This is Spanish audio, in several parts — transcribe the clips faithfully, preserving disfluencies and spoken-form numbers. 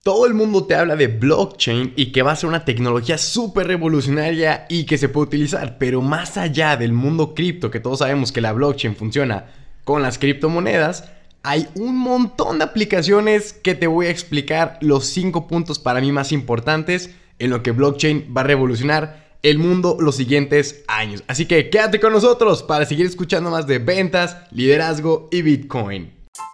Todo el mundo te habla de blockchain y que va a ser una tecnología súper revolucionaria y que se puede utilizar, pero más allá del mundo cripto, que todos sabemos que la blockchain funciona con las criptomonedas, hay un montón de aplicaciones que te voy a explicar los cinco puntos para mí más importantes en lo que blockchain va a revolucionar el mundo los siguientes años. Así que quédate con nosotros para seguir escuchando más de ventas, liderazgo y Bitcoin.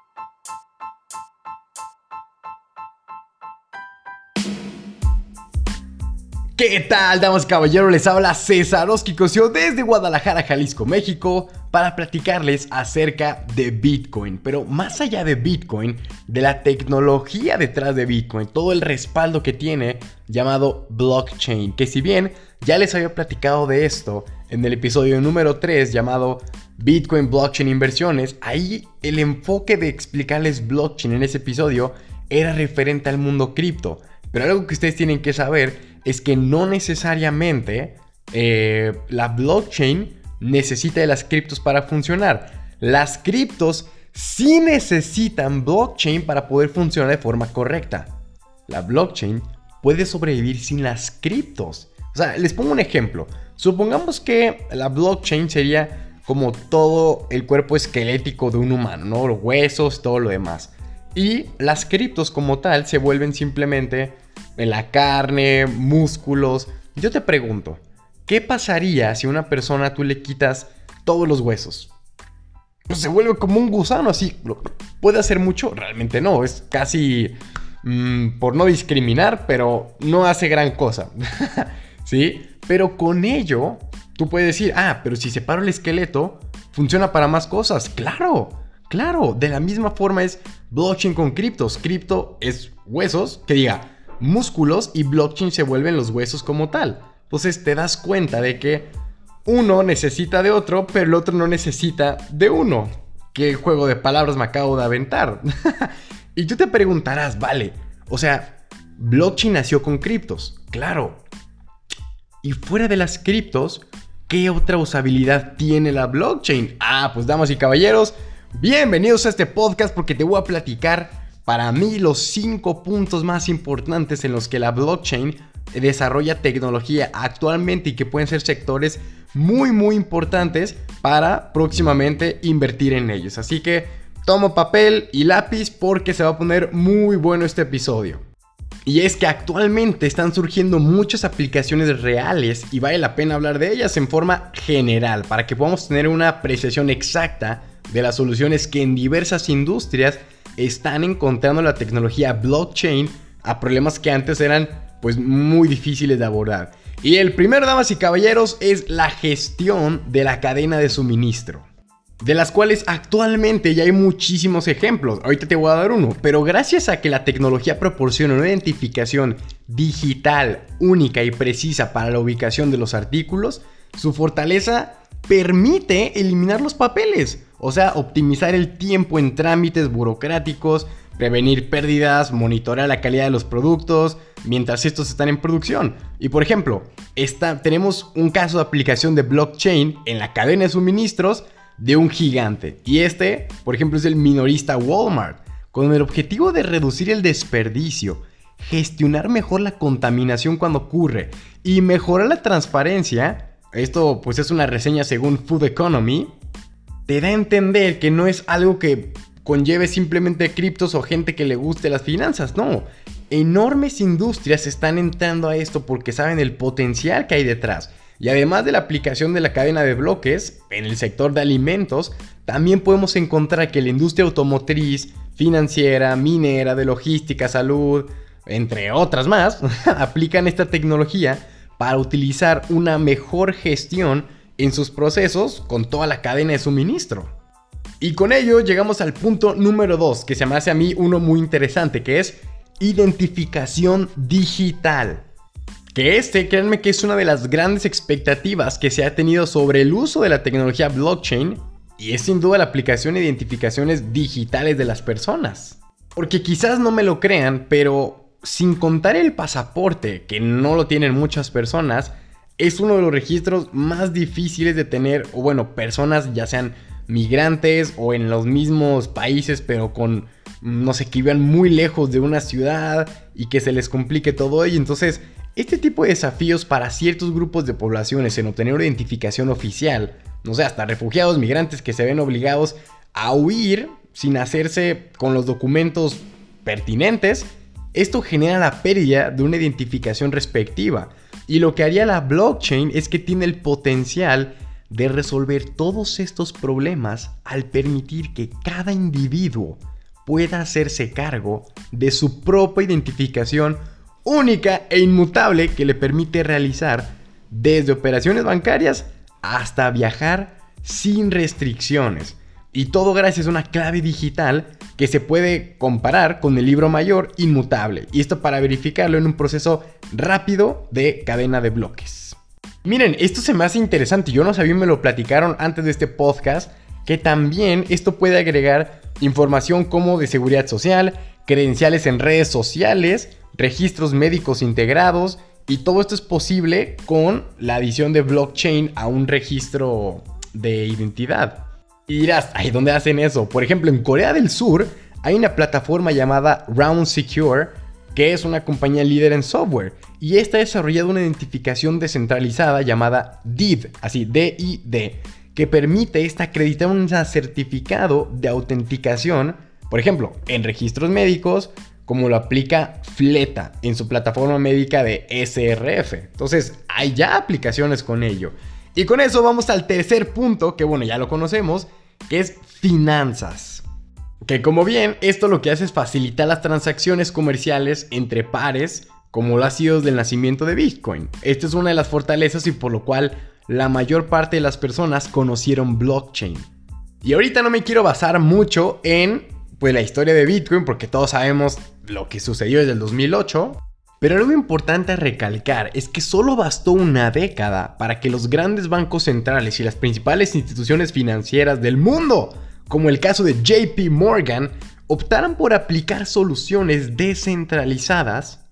¿Qué tal, damas y caballeros? Les habla César Osquicosio desde Guadalajara, Jalisco, México, para platicarles acerca de Bitcoin. Pero más allá de Bitcoin, de la tecnología detrás de Bitcoin, todo el respaldo que tiene llamado blockchain. Que si bien ya les había platicado de esto en el episodio número tres llamado Bitcoin Blockchain Inversiones, ahí el enfoque de explicarles blockchain en ese episodio era referente al mundo cripto. Pero algo que ustedes tienen que saber es que no necesariamente eh, la blockchain necesita de las criptos para funcionar. Las criptos sí necesitan blockchain para poder funcionar de forma correcta. La blockchain puede sobrevivir sin las criptos. O sea, les pongo un ejemplo. Supongamos que la blockchain sería como todo el cuerpo esquelético de un humano, ¿no? Los huesos, todo lo demás. Y las criptos como tal se vuelven simplemente en la carne, músculos. Yo te pregunto, ¿qué pasaría si a una persona tú le quitas todos los huesos? Pues se vuelve como un gusano así. ¿Puede hacer mucho? Realmente no, es casi mmm, por no discriminar, pero no hace gran cosa. ¿Sí? Pero con ello, tú puedes decir, ah, pero si separo el esqueleto, funciona para más cosas. ¡Claro! Claro, de la misma forma es blockchain con criptos. Cripto es huesos, que diga, músculos, y blockchain se vuelven los huesos como tal. Entonces te das cuenta de que uno necesita de otro, pero el otro no necesita de uno. ¿Qué juego de palabras me acabo de aventar? Y tú te preguntarás, vale, o sea, blockchain nació con criptos, claro. Y fuera de las criptos, ¿qué otra usabilidad tiene la blockchain? Ah, pues damas y caballeros, bienvenidos a este podcast porque te voy a platicar para mí los cinco puntos más importantes en los que la blockchain desarrolla tecnología actualmente y que pueden ser sectores muy muy importantes para próximamente invertir en ellos. Así que toma papel y lápiz porque se va a poner muy bueno este episodio. Y es que actualmente están surgiendo muchas aplicaciones reales y vale la pena hablar de ellas en forma general para que podamos tener una apreciación exacta de las soluciones que en diversas industrias están encontrando la tecnología blockchain a problemas que antes eran pues muy difíciles de abordar. Y el primero, damas y caballeros, es la gestión de la cadena de suministro, de las cuales actualmente ya hay muchísimos ejemplos. Ahorita te voy a dar uno, pero gracias a que la tecnología proporciona una identificación digital única y precisa para la ubicación de los artículos, su fortaleza permite eliminar los papeles, o sea, optimizar el tiempo en trámites burocráticos, prevenir pérdidas, monitorear la calidad de los productos mientras estos están en producción. Y por ejemplo, esta, tenemos un caso de aplicación de blockchain en la cadena de suministros de un gigante. Y este, por ejemplo, es el minorista Walmart, con el objetivo de reducir el desperdicio, gestionar mejor la contaminación cuando ocurre y mejorar la transparencia. Esto pues es una reseña según Food Economy. Te da a entender que no es algo que conlleve simplemente criptos o gente que le guste las finanzas, no. Enormes industrias están entrando a esto porque saben el potencial que hay detrás. Y además de la aplicación de la cadena de bloques en el sector de alimentos, también podemos encontrar que la industria automotriz, financiera, minera, de logística, salud, entre otras más, aplican esta tecnología para utilizar una mejor gestión en sus procesos con toda la cadena de suministro. Y con ello llegamos al punto número dos, que se me hace a mí uno muy interesante, que es identificación digital. Que este, créanme que es una de las grandes expectativas que se ha tenido sobre el uso de la tecnología blockchain, y es sin duda la aplicación de identificaciones digitales de las personas. Porque quizás no me lo crean, pero sin contar el pasaporte, que no lo tienen muchas personas, es uno de los registros más difíciles de tener, o bueno, personas ya sean migrantes o en los mismos países, pero con no sé, que vivan muy lejos de una ciudad y que se les complique todo ello. Entonces, este tipo de desafíos para ciertos grupos de poblaciones en obtener una identificación oficial, no sé, hasta refugiados, migrantes que se ven obligados a huir sin hacerse con los documentos pertinentes, esto genera la pérdida de una identificación respectiva. Y lo que haría la blockchain es que tiene el potencial de resolver todos estos problemas al permitir que cada individuo pueda hacerse cargo de su propia identificación única e inmutable que le permite realizar desde operaciones bancarias hasta viajar sin restricciones. Y todo gracias a una clave digital que se puede comparar con el libro mayor inmutable. Y esto para verificarlo en un proceso rápido de cadena de bloques. Miren, esto se me hace interesante. Yo no sabía, me lo platicaron antes de este podcast, que también esto puede agregar información como de seguridad social, credenciales en redes sociales, registros médicos integrados. Y todo esto es posible con la adición de blockchain a un registro de identidad. Y dirás, ay, ¿dónde hacen eso? Por ejemplo, en Corea del Sur hay una plataforma llamada Round Secure, que es una compañía líder en software. Y esta ha desarrollado una identificación descentralizada llamada D I D, así D I D, que permite esta acreditar un certificado de autenticación, por ejemplo, en registros médicos, como lo aplica Fleta en su plataforma médica de S R F. Entonces, hay ya aplicaciones con ello. Y con eso vamos al tercer punto, que bueno, ya lo conocemos, que es finanzas. Que como bien, esto lo que hace es facilitar las transacciones comerciales entre pares, como lo ha sido desde el nacimiento de Bitcoin. Esta es una de las fortalezas y por lo cual la mayor parte de las personas conocieron blockchain. Y ahorita no me quiero basar mucho en pues, la historia de Bitcoin, porque todos sabemos lo que sucedió desde el dos mil ocho. Pero algo importante a recalcar es que solo bastó una década para que los grandes bancos centrales y las principales instituciones financieras del mundo, como el caso de J P Morgan, optaran por aplicar soluciones descentralizadas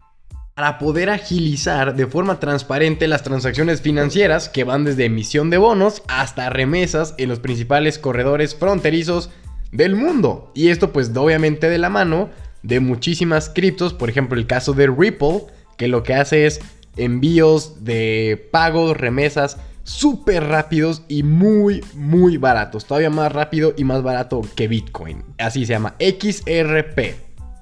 para poder agilizar de forma transparente las transacciones financieras que van desde emisión de bonos hasta remesas en los principales corredores fronterizos del mundo. Y esto pues obviamente de la mano de muchísimas criptos, por ejemplo el caso de Ripple, que lo que hace es envíos de pagos, remesas súper rápidos y muy muy baratos, todavía más rápido y más barato que Bitcoin, así se llama, X R P.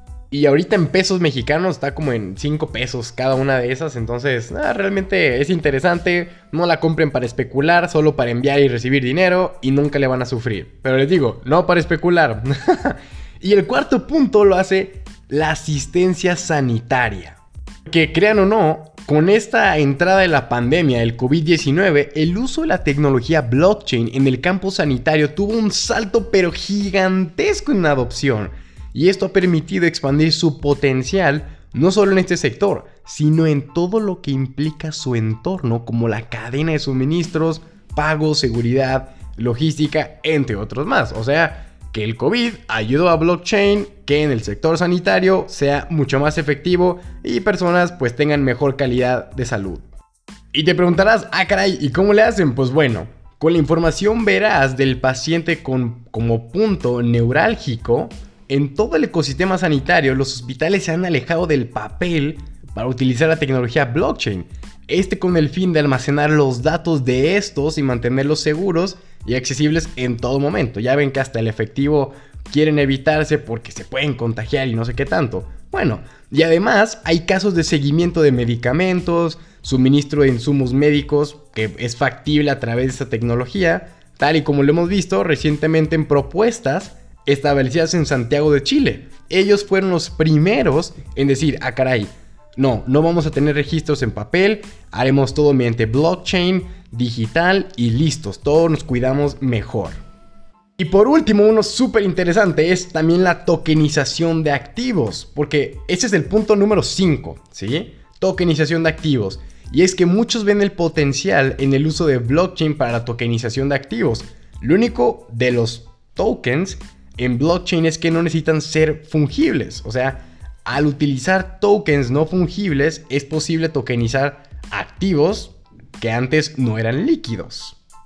Y ahorita en pesos mexicanos está como en cinco pesos cada una de esas, entonces ah, realmente es interesante. No la compren para especular, solo para enviar y recibir dinero y nunca le van a sufrir. Pero les digo, no para especular. Y el cuarto punto lo hace la asistencia sanitaria. Que crean o no, con esta entrada de la pandemia del COVID diecinueve, el uso de la tecnología blockchain en el campo sanitario tuvo un salto pero gigantesco en la adopción. Y esto ha permitido expandir su potencial no solo en este sector, sino en todo lo que implica su entorno, como la cadena de suministros, pagos, seguridad, logística, entre otros más. O sea, que el COVID ayudó a blockchain que en el sector sanitario sea mucho más efectivo y personas pues tengan mejor calidad de salud. Y te preguntarás, ah caray, ¿y cómo le hacen? Pues bueno, con la información veraz del paciente con, como punto neurálgico, en todo el ecosistema sanitario los hospitales se han alejado del papel para utilizar la tecnología blockchain. Este con el fin de almacenar los datos de estos y mantenerlos seguros y accesibles en todo momento. Ya ven que hasta el efectivo quieren evitarse porque se pueden contagiar y no sé qué tanto. Bueno, y además hay casos de seguimiento de medicamentos, suministro de insumos médicos que es factible a través de esta tecnología, tal y como lo hemos visto recientemente en propuestas establecidas en Santiago de Chile. Ellos fueron los primeros en decir, ah caray, no, no vamos a tener registros en papel, haremos todo mediante blockchain, digital y listos, todos nos cuidamos mejor. Y por último, uno súper interesante es también la tokenización de activos, porque ese es el punto número cinco, ¿sí? Tokenización de activos. Y es que muchos ven el potencial en el uso de blockchain para la tokenización de activos. Lo único de los tokens en blockchain es que no necesitan ser fungibles, o sea, al utilizar tokens no fungibles es posible tokenizar activos que antes no eran líquidos.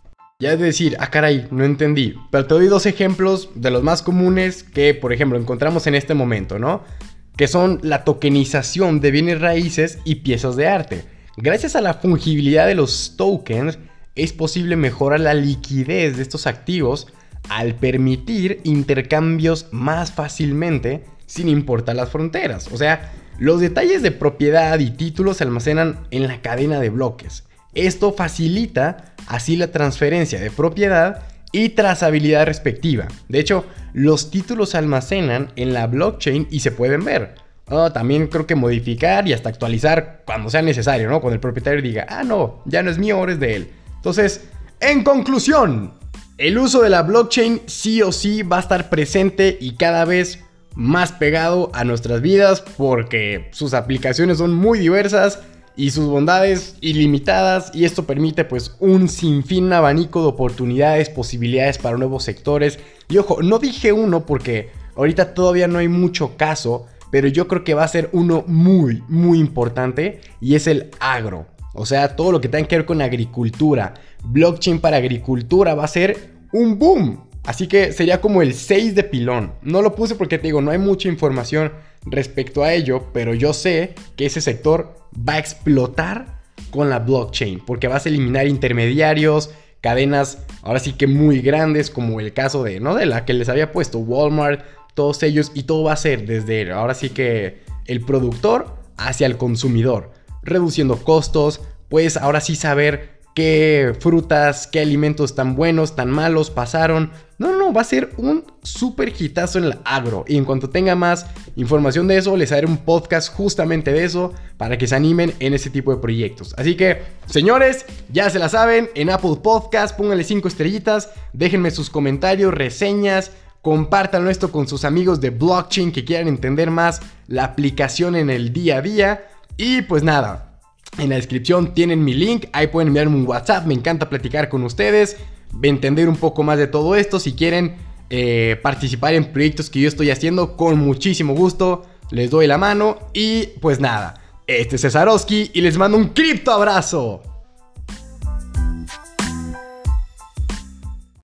ya es decir, ah caray, no entendí. Pero te doy dos ejemplos de los más comunes que, por ejemplo, encontramos en este momento, ¿no? Que son la tokenización de bienes raíces y piezas de arte. Gracias a la fungibilidad de los tokens, es posible mejorar la liquidez de estos activos al permitir intercambios más fácilmente sin importar las fronteras. O sea, los detalles de propiedad y títulos se almacenan en la cadena de bloques. Esto facilita así la transferencia de propiedad y trazabilidad respectiva. De hecho, los títulos se almacenan en la blockchain y se pueden ver. Oh, también creo que modificar y hasta actualizar cuando sea necesario, ¿no? Cuando el propietario diga, ah, no, ya no es mío, ahora es de él. Entonces, en conclusión, el uso de la blockchain sí o sí va a estar presente y cada vez más pegado a nuestras vidas porque sus aplicaciones son muy diversas y sus bondades ilimitadas, y esto permite pues un sinfín, un abanico de oportunidades, posibilidades para nuevos sectores. Y ojo, no dije uno porque ahorita todavía no hay mucho caso, pero yo creo que va a ser uno muy, muy importante, y es el agro. O sea, todo lo que tenga que ver con agricultura. Blockchain para agricultura va a ser un boom. Así que sería como el seis de pilón. No lo puse porque te digo, no hay mucha información respecto a ello, pero yo sé que ese sector va a explotar con la blockchain, porque vas a eliminar intermediarios, cadenas ahora sí que muy grandes, como el caso de, ¿no? de la que les había puesto Walmart, todos ellos, y todo va a ser desde ahora sí que el productor hacia el consumidor, reduciendo costos. Puedes ahora sí saber qué frutas, qué alimentos tan buenos, tan malos pasaron. No, no, va a ser un súper hitazo en el agro. Y en cuanto tenga más información de eso, les haré un podcast justamente de eso, para que se animen en ese tipo de proyectos. Así que, señores, ya se la saben, en Apple Podcast, pónganle cinco estrellitas, déjenme sus comentarios, reseñas, compártanlo esto con sus amigos de blockchain que quieran entender más la aplicación en el día a día. Y pues nada, en la descripción tienen mi link, ahí pueden enviarme un WhatsApp, me encanta platicar con ustedes, entender un poco más de todo esto. Si quieren eh, participar en proyectos que yo estoy haciendo, con muchísimo gusto les doy la mano. Y pues nada, este es Cesarowski y les mando un cripto abrazo.